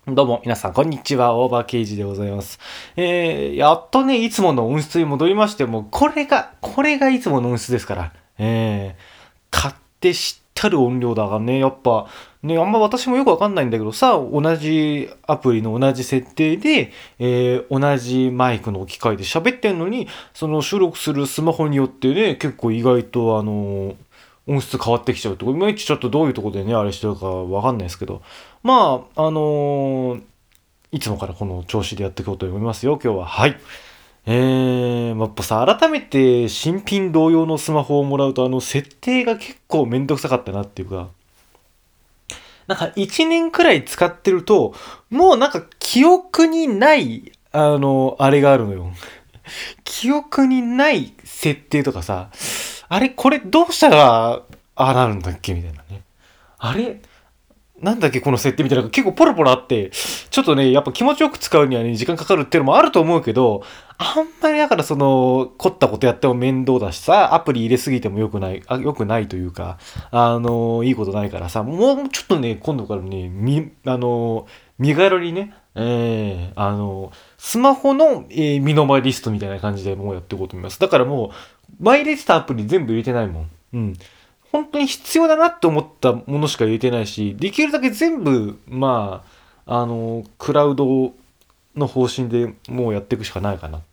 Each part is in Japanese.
どうも、皆さん、こんにちは。大場刑事でございます。やっとね、いつもの音質に戻りまして、もう、これがいつもの音質ですから。買って知ったる音量だがね、やっぱ、ね、あんま私もよくわかんないんだけどさ、同じアプリの同じ設定で、同じマイクの機械で喋ってんのに、その収録するスマホによってね、結構意外と音質変わってきちゃうとか、いまいちちょっとどういうところでね、あれしてるかわかんないですけど、まあ、いつもからこの調子でやっていこうと思いますよ、今日は。はい。やっぱさ、改めて新品同様のスマホをもらうと、設定が結構めんどくさかったなっていうか、なんか1年くらい使ってると、もうなんか記憶にない、あれがあるのよ。記憶にない設定とかさ、あれこれどうしたら、ああなるんだっけみたいなね。あれなんだっけこの設定みたいなのが結構ポロポロあって、ちょっとね、やっぱ気持ちよく使うにはね、時間かかるっていうのもあると思うけど、あんまりだから凝ったことやっても面倒だしさ、アプリ入れすぎても良くないというか、いいことないからさ、もうちょっとね、今度からね、身軽にね、スマホの、身の回りリストみたいな感じでもうやっていこうと思います。だからもう、前入れてたアプリ全部入れてないもん。うん。本当に必要だなって思ったものしか入れてないし、できるだけ全部、クラウドの方針でもうやっていくしかないかなって。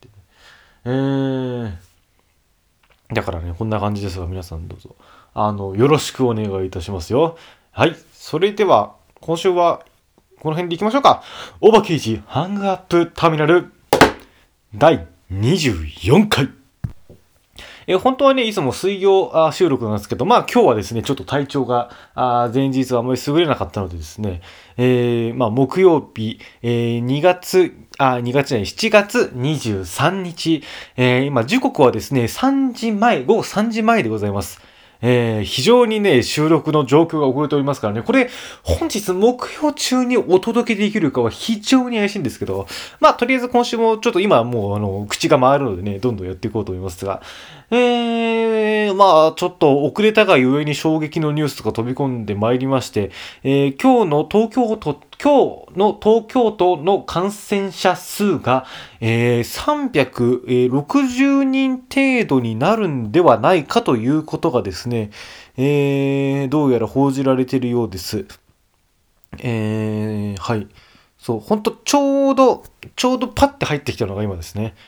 だからね、こんな感じですが、皆さんどうぞ、よろしくお願いいたしますよ。はい。それでは、今週は、この辺でいきましょうか。オーバーケージハングアップターミナル第24回。本当はね、いつも水曜収録なんですけど、まあ今日はですね、ちょっと体調が前日はあまり優れなかったのでですね、木曜日、2月じゃない、7月23日、今時刻はですね、午後3時前でございます。非常にね、収録の状況が遅れておりますからね、これ、本日木曜中にお届けできるかは非常に怪しいんですけど、まあ、とりあえず今週もちょっと今はもう、口が回るのでね、どんどんやっていこうと思いますが、まあ、ちょっと遅れたがゆえに衝撃のニュースとか飛び込んでまいりまして、今日の東京都の感染者数が、360人程度になるんではないかということがですね、どうやら報じられているようです。はい。そう、ほんとちょうどパッて入ってきたのが今ですね。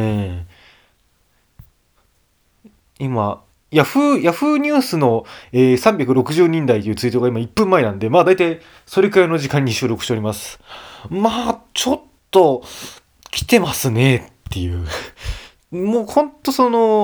今、ヤフーニュースの、360人台というツイートが今1分前なんで、まあ大体それくらいの時間に収録しております。まあ、ちょっと来てますねっていう。もうほんと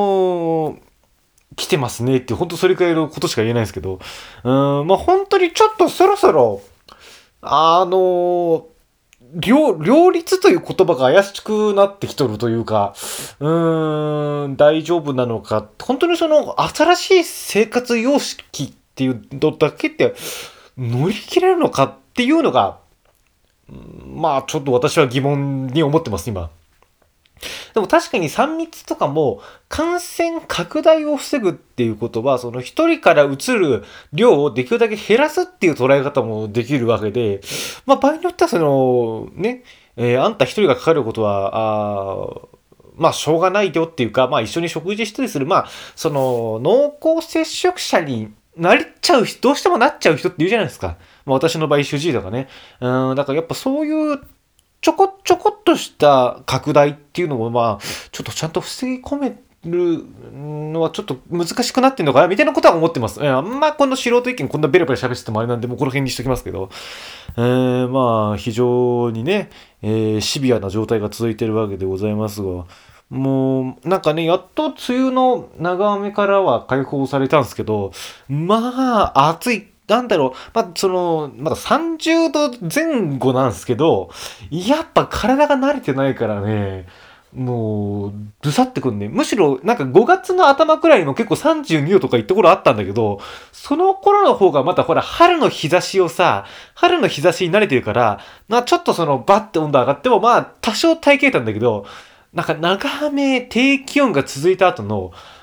来てますねっていう、ほんとそれくらいのことしか言えないですけど、まあ本当にちょっとそろそろ、あの両立という言葉が怪しくなってきとるというか、大丈夫なのか、本当に新しい生活様式っていうのだけって乗り切れるのかっていうのが、まあちょっと私は疑問に思ってます、今。でも確かに3密とかも感染拡大を防ぐっていうことは、その一人から移る量をできるだけ減らすっていう捉え方もできるわけで、まあ場合によってはあんた一人がかかることは、まあしょうがないよっていうか、まあ一緒に食事したりする、まあ濃厚接触者になっちゃう人、どうしてもなっちゃう人って言うじゃないですか。まあ私の場合主治医とかね。だからやっぱそういうちょこちょこっとした拡大っていうのも、まあ、ちょっとちゃんと防ぎ込めるのはちょっと難しくなってんのかなみたいなことは思ってます。あんまこの素人意見こんなベラベラ喋っててもあれなんで、もうこの辺にしときますけど。まあ、非常にね、シビアな状態が続いてるわけでございますが、もう、なんかね、やっと梅雨の長雨からは解放されたんですけど、まあ、暑い。なんだろう、まだ30度前後なんですけど、やっぱ体が慣れてないからね、もう、ぐさってくんね。むしろ、なんか5月の頭くらいの結構32度とかいったところあったんだけど、その頃の方がまたほら、春の日差しに慣れてるから、ちょっとバッて温度上がっても、多少耐えきれたんだけど、なんか長雨、低気温が続いた後の、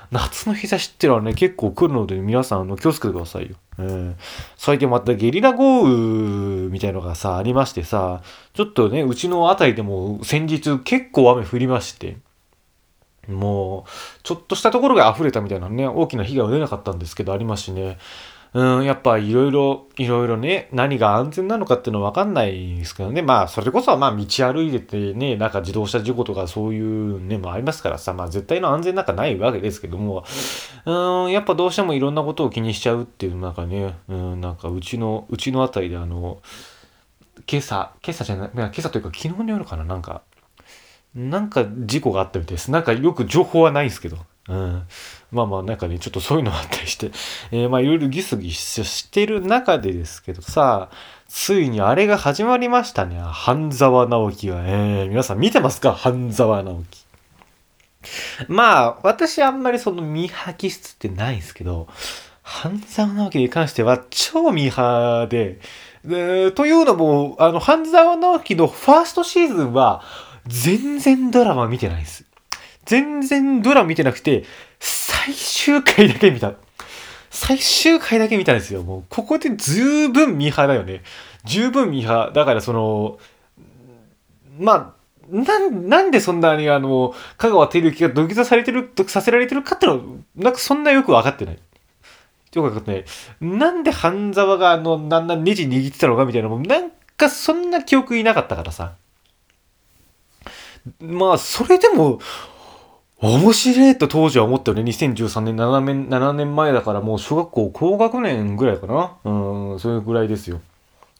夏の日差しってのはね、結構来るので、皆さん、気をつけてくださいよ。最近またゲリラ豪雨みたいのがさ、ありましてさ、ちょっとね、うちのあたりでも先日結構雨降りまして、もう、ちょっとしたところが溢れたみたいなね、大きな被害は出なかったんですけど、ありますしね。やっぱいろいろね、何が安全なのかっていうのはわかんないですけどね。まあ、それこそまあ、道歩いててね、なんか自動車事故とかそういうね、もありますからさ、まあ、絶対の安全なんかないわけですけども、やっぱどうしてもいろんなことを気にしちゃうっていう、なんかね、なんかうちのあたりで今朝じゃない、今朝というか昨日の夜かな、なんか事故があったみたいです。なんかよく情報はないんですけど。まあまあなんかね、ちょっとそういうのがあったりして、まあいろいろギスギスしてる中でですけどさ、ついにあれが始まりましたね。半沢直樹が。皆さん見てますか？半沢直樹。まあ、私あんまりそのミーハー気質ってないんですけど、半沢直樹に関しては超ミーハーで、というのも、半沢直樹のファーストシーズンは、全然ドラマ見てないんです。全然ドラマ見てなくて、最終回だけ見た。最終回だけ見たんですよ。もう、ここで十分ミーハーだよね。十分ミーハー。だからまあ、なんでそんなに香川照之が土下座させられてるかっていうのは、なんかそんなよくわかってない。よくわかってない。なんで半沢がだんだんネジ握ってたのかみたいなのも、なんかそんな記憶いなかったからさ。まあ、それでも、面白いと当時は思ったよね。2013年、7年前だからもう小学校高学年ぐらいかな。それぐらいですよ。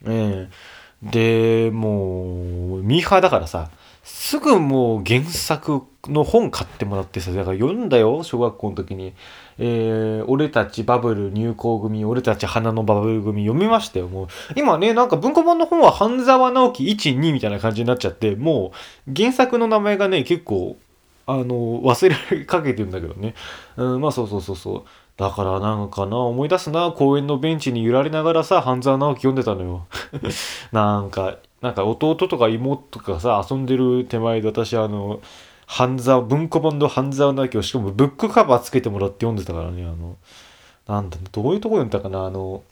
で、もう、ミーハーだからさ、すぐもう原作の本買ってもらってさ、だから読んだよ、小学校の時に。俺たちバブル入校組、俺たち花のバブル組読みましたよ、もう。今ね、なんか文庫本の本は半沢直樹1、2みたいな感じになっちゃって、もう原作の名前がね、結構、忘れられかけてるんだけどね。まあそうそうそうそう。だからなんかな、思い出すな、公園のベンチに揺られながらさ、半沢直樹読んでたのよ。なんか弟とか妹とかさ、遊んでる手前で私文庫本の半沢直樹をしかもブックカバーつけてもらって読んでたからね、どういうとこ読んだかな、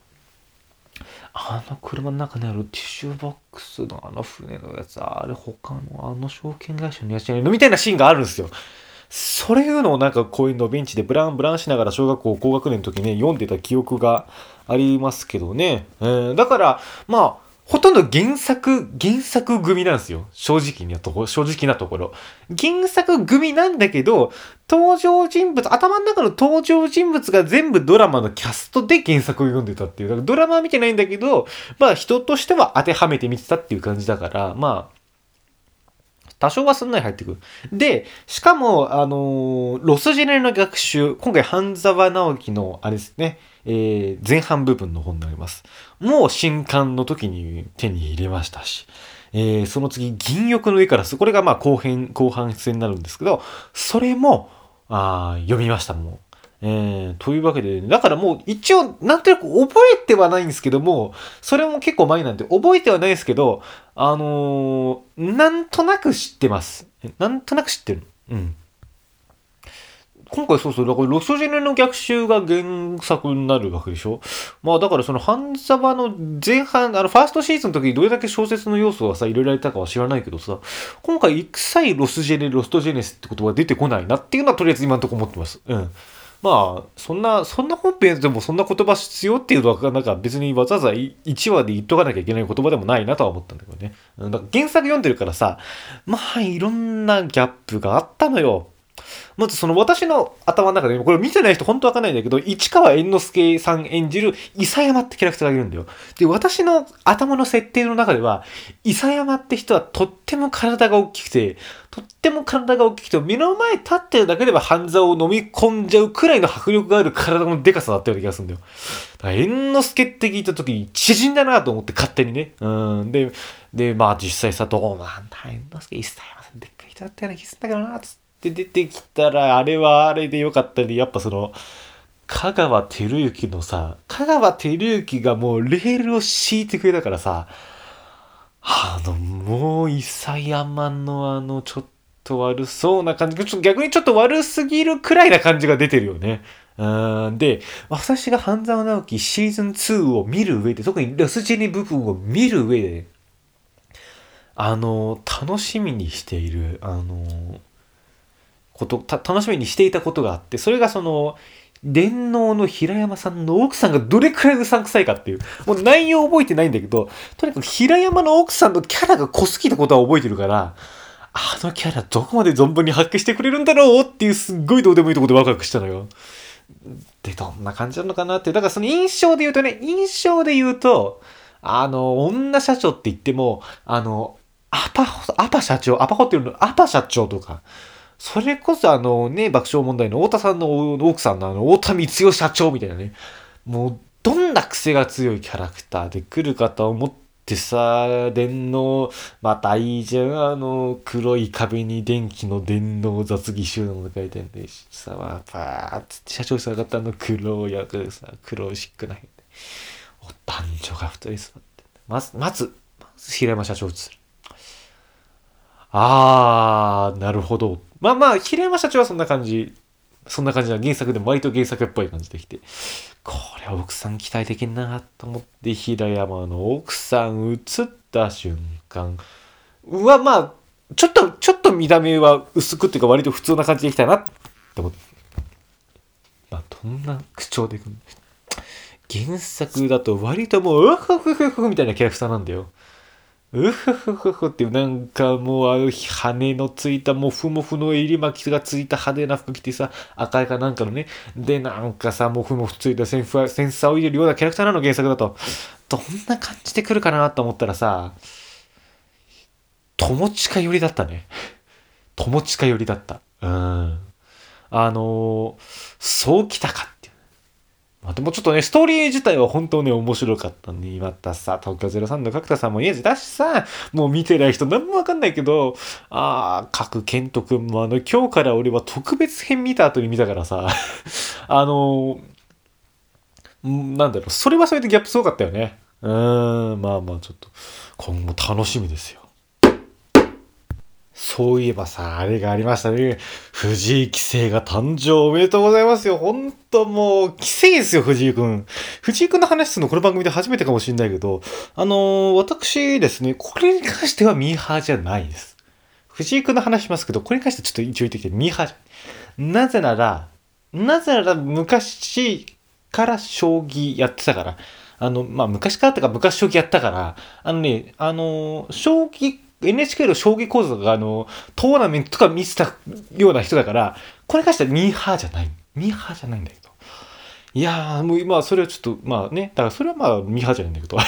車の中にあるティッシュボックスの船のやつ、あれ他の証券会社のやつじゃないのみたいなシーンがあるんですよ。それいうのをなんか公園のベンチでブランブランしながら小学校高学年の時ね、読んでた記憶がありますけどね。だから、まあ、ほとんど原作組なんですよ。正直なところ。原作組なんだけど、頭の中の登場人物が全部ドラマのキャストで原作を読んでたっていう。だからドラマは見てないんだけど、まあ人としては当てはめて見てたっていう感じだから、まあ、多少はすんなり入ってくる。で、しかも、ロスジェネの逆襲、今回半沢直樹の、あれですね、前半部分の本になります。もう新刊の時に手に入れましたし、その次、銀翼の絵からこれがまあ後半戦になるんですけど、それも、読みました、もう。というわけで、だからもう一応なんとなく覚えてはないんですけども、それも結構前なんで覚えてはないですけど、なんとなく知ってます。なんとなく知ってる。うん。今回そうそう、だからロスジェネの逆襲が原作になるわけでしょ。まあだからその半沢の前半、ファーストシーズンの時にどれだけ小説の要素がさ、入れられたかは知らないけどさ、今回一切ロストジェネスって言葉が出てこないなっていうのはとりあえず今のところ思ってます。うん。まあ、そんな本編でもそんな言葉必要っていうのは、なんか別にわざわざ1話で言っとかなきゃいけない言葉でもないなとは思ったんだけどね。だから原作読んでるからさ、まあいろんなギャップがあったのよ。まずその私の頭の中で、これ見てない人本当わかんないんだけど、市川猿之助さん演じる伊佐山ってキャラクターがいるんだよ。で、私の頭の設定の中では、伊佐山って人はとっても体が大きくて、目の前立ってるだけでは半沢を飲み込んじゃうくらいの迫力がある体のデカさだったような気がするんだよ。だから猿之助って聞いた時に縮んだなと思って勝手にね。で、まあ実際さ、どうなんだ、猿之助伊佐山さんでっかい人だったような気がするんだけどな、つって。で出てきたら、あれはあれでよかったり、やっぱ香川照之がもうレールを敷いてくれたからさ、もう、伊佐山のちょっと悪そうな感じ、逆にちょっと悪すぎるくらいな感じが出てるよね。で、私が半沢直樹シーズン2を見る上で、特にロスジェニ部分を見る上で、楽しみにしている、楽しみにしていたことがあって、それが電脳の平山さんの奥さんがどれくらいうさんくさいかっていう。もう内容覚えてないんだけど、とにかく平山の奥さんのキャラが濃すぎたことは覚えてるから、あのキャラどこまで存分に発揮してくれるんだろうっていうすっごいどうでもいいところでワクワクしたのよ。で、どんな感じなのかなって。だからその印象で言うと、女社長って言っても、アパ社長、アパホテルのアパ社長とか、それこそ爆笑問題の太田さんの奥さんの太田光代社長みたいなね。もう、どんな癖が強いキャラクターで来るかと思ってさ、電脳、またいいじゃん。黒い壁に電気の電脳雑技収納が書いてあってさ、パーッつって社長さんがった黒い役さ、黒シックな変で。男女が二人座って。まず平山社長映る。なるほど。平山社長はそんな感じな原作でも割と原作っぽい感じできて、これは奥さん期待できんなと思って平山の奥さん映った瞬間ちょっと見た目は薄くっていうか割と普通な感じでいきたいなって思って、どんな口調でいくの。原作だと割ともうみたいなキャラクターなんだよ。っていうなんかもう羽のついたもふもふの襟巻きがついた派手な服着てさ、赤いかなんかのね、でなんかさもふもふついたセンサーを入れるようなキャラクターなの原作だと、どんな感じで来るかなと思ったらさ、友近寄りだったね。友近寄りだった。そうきたかっていう。でもちょっとね、ストーリー自体は本当ね、面白かったね。またさ、東京03の角田さんもいいやつだしさ、もう見てない人何もわかんないけど、角健人くんも今日から俺は特別編見た後に見たからさ、なんだろう、それはそれでギャップすごかったよね。ちょっと、今後楽しみですよ。そういえばさ、あれがありましたね。藤井棋聖が誕生おめでとうございますよ。ほんともう、棋聖ですよ、藤井くん。藤井くんの話するのこの番組で初めてかもしれないけど、私ですね、これに関してはミーハーじゃないです。藤井くんの話しますけど、これに関してはちょっと一応言ってきて、ミーハーじゃない。なぜなら昔から将棋やってたから。昔からってか昔将棋やったから、将棋、NHK の将棋講座とかトーナメントとか見せたような人だから、これに関してはミーハーじゃない。ミーハーじゃないんだけど。いやー、もうそれはちょっと、だからそれはミーハーじゃないんだけど。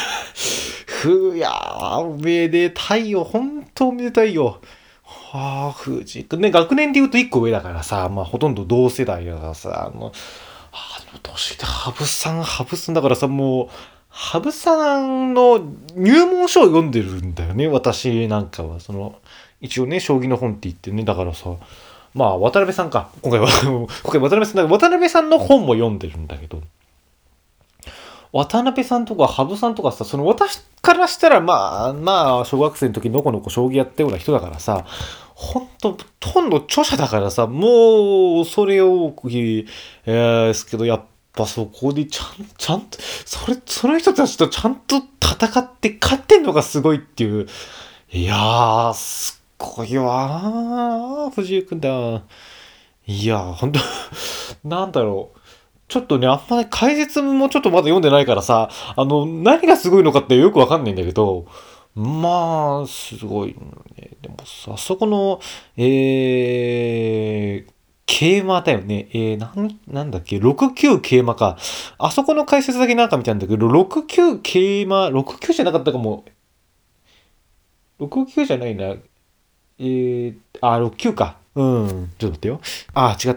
おめでたいよ。本当おめでたいよ。藤井君ね、学年で言うと1個上だからさ、ほとんど同世代だからさ、年で羽生さんだからさ、もう、羽生さんの入門書を読んでるんだよね、私なんかは。一応ね、将棋の本って言ってね、だからさ、渡辺さんか。今回渡辺さんの本も読んでるんだけど、渡辺さんとか羽生さんとかさ、私からしたら小学生の時のこのこ将棋やったような人だからさ、ほとんど著者だからさ、もう、それをですけど、やっぱそこでちゃんと、その人たちとちゃんと戦って勝ってんのがすごいっていう。いやー、すっごいわー、藤井くんだ。いやー、ほんと、なんだろう。ちょっとね、あんまり解説もちょっとまだ読んでないからさ、何がすごいのかってよくわかんないんだけど、すごいね。でもさ、そこの、桂馬だよね。なんだっけ、69桂馬か。あそこの解説だけなんか見たんだけど、69桂馬、69じゃなかったかも。69じゃないな。69か。ちょっと待ってよ。違った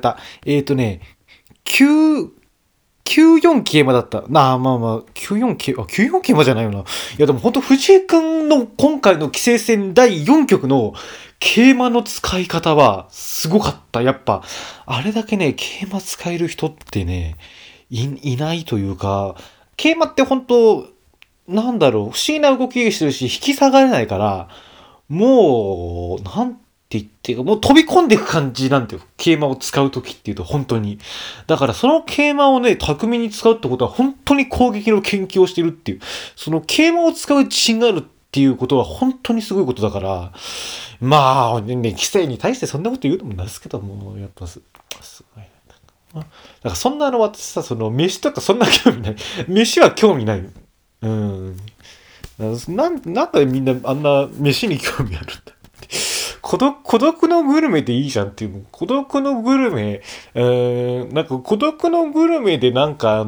。9、94桂馬だった。94桂馬じゃないよな。いやでも本当藤井くんの今回の棋聖戦第4局の桂馬の使い方はすごかった。やっぱ、あれだけね、桂馬使える人ってね、いないというか、桂馬って本当不思議な動きしてるし、引き下がれないから、もう、なんてって言って、もう飛び込んでいく感じなんだよ。桂馬を使うときっていうと、本当に。だからその桂馬をね、巧みに使うってことは、本当に攻撃の研究をしてるっていう。その桂馬を使う自信があるっていうことは、本当にすごいことだから、まあ、ね、規制に対してそんなこと言うのもなんですけども、やっぱすごい。だからそんな私さ、その飯とかそんな興味ない。飯は興味ない。うん。なんでみんなあんな飯に興味あるんだ。孤独のグルメでいいじゃんっていう。孤独のグルメ、なんか孤独のグルメでなんか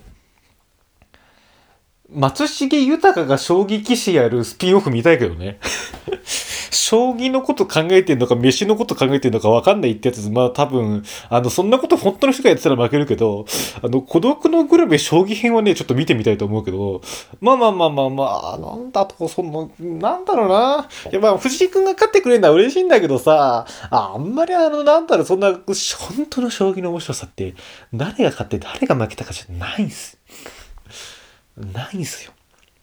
松重豊が将棋棋士やるスピンオフ見たいけどね。将棋のこと考えてんのか、飯のこと考えてんのか分かんないってやつ、まあ多分、そんなこと本当の人がやってたら負けるけど、孤独のグルメ将棋編はね、ちょっと見てみたいと思うけど、まあ、なんだと、なんだろうな。いやまあ、藤井くんが勝ってくれるのは嬉しいんだけどさ、あんまりなんだろう、そんな、本当の将棋の面白さって、誰が勝って誰が負けたかじゃないんす。ないんすよ。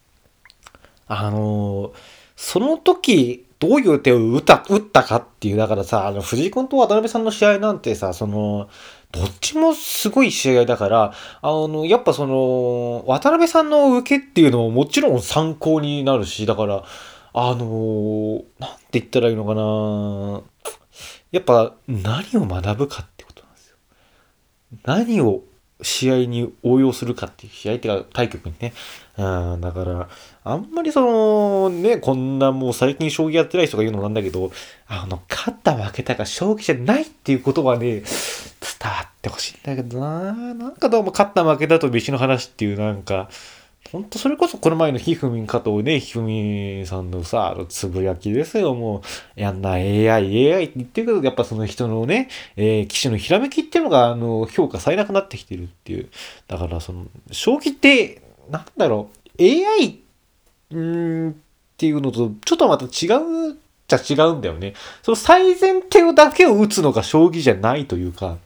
その時、どういう手を打ったかっていう、だからさ、藤井君と渡辺さんの試合なんてさ、どっちもすごい試合だから、やっぱ渡辺さんの受けっていうのももちろん参考になるし、だから、なんて言ったらいいのかな。やっぱ、何を学ぶかってことなんですよ。何を試合に応用するかっていう、試合っていうか対局にね。だから、あんまりこんなもう最近将棋やってない人が言うのなんだけど、勝った負けたが将棋じゃないっていうことはね、伝わってほしいんだけどな。なんかどうも勝った負けたと飯の話っていうなんか、ほんとそれこそこの前のひふみん加藤ね、ひふみんさんのさ、つぶやきですよ、もう。やんな AI って言ってるけど、やっぱその人のね、棋士のひらめきっていうのが、評価されなくなってきてるっていう。だから将棋って、なんだろう、AI っていうのと、ちょっとまた違うっちゃ違うんだよね。その最善手だけを打つのが将棋じゃないというか、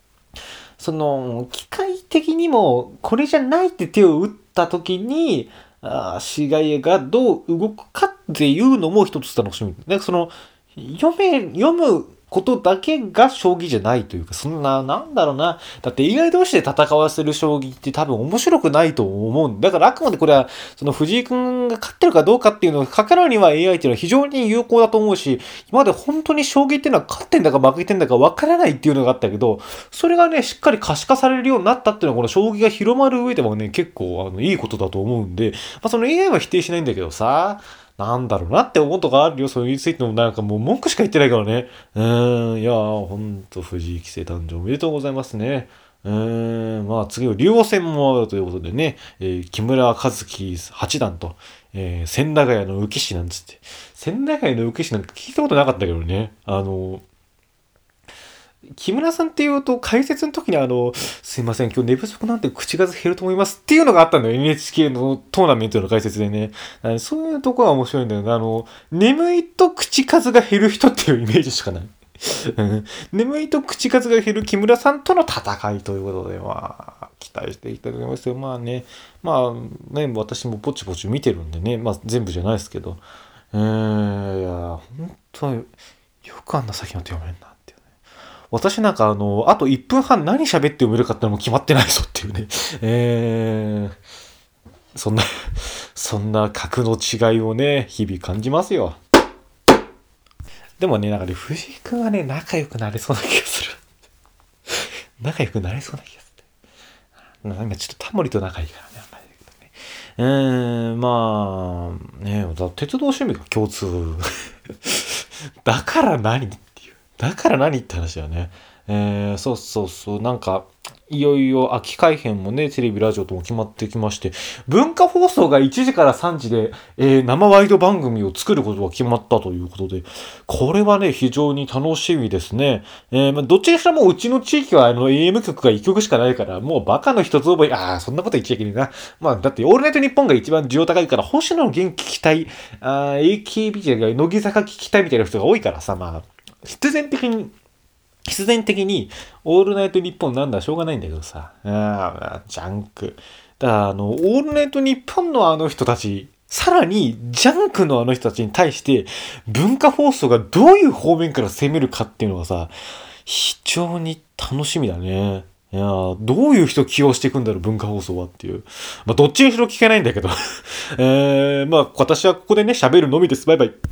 機械的にも、これじゃないって手を打った時に、試合がどう動くかっていうのも一つ楽しみ。なんか読むことだけが将棋じゃないというか、なんだろうな。だって AI 同士で戦わせる将棋って多分面白くないと思うんだからあくまでこれは、藤井くんが勝ってるかどうかっていうのを図るには AI っていうのは非常に有効だと思うし、今まで本当に将棋っていうのは勝ってんだか負けてんだか分からないっていうのがあったけど、それがね、しっかり可視化されるようになったっていうのはこの将棋が広まる上でもね、結構いいことだと思うんで、AI は否定しないんだけどさ、なんだろうなって思うとかあるよ。それについてもなんかもう文句しか言ってないからね。いやほんと藤井棋聖誕生おめでとうございますね。まあ次は竜王戦もあるということでね、木村和樹八段と、千駄ヶ谷の浮き師なんつって。千駄ヶ谷の浮き師なんか聞いたことなかったけどね。木村さんっていうと、解説の時にすいません、今日寝不足なんで口数減ると思いますっていうのがあったんだよ。NHK のトーナメントの解説でね。そういうところは面白いんだよね。眠いと口数が減る人っていうイメージしかない。眠いと口数が減る木村さんとの戦いということで、まあ、期待していただきますよ。まあね、私もポチポチ見てるんでね、まあ全部じゃないですけど。いや、本当によくあんな先の手読めんな。私なんかあと1分半何喋って読めるかってのも決まってないぞっていうね。そんな格の違いをね、日々感じますよ。でもね、なんかね、藤井くんはね、仲良くなれそうな気がする。仲良くなれそうな気がする。なんかちょっとタモリと仲いいからね、まあ、ね、鉄道趣味が共通。だから何って話だよね。そう、なんか、いよいよ秋改編もね、テレビ、ラジオとも決まってきまして、文化放送が1時から3時で、生ワイド番組を作ることが決まったということで、これはね、非常に楽しみですね。どっちにしろもううちの地域はAM 局が1局しかないから、もうバカの一つ覚え、そんなこと言っちゃいけないな。まあ、だって、オールナイトニッポンが一番需要高いから、星野源聞きたい、AKB じゃない、乃木坂聞きたいみたいな人が多いからさ、まあ、必然的に、オールナイトニッポンなんだしょうがないんだけどさ。ジャンク。だからオールナイトニッポンの人たちさらに、ジャンクのあの人たちに対して、文化放送がどういう方面から攻めるかっていうのがさ、非常に楽しみだね。いやー、どういう人起用していくんだろう、文化放送はっていう。まあ、どっちにしろ聞けないんだけど。まあ、私はここでね、喋るのみです。バイバイ。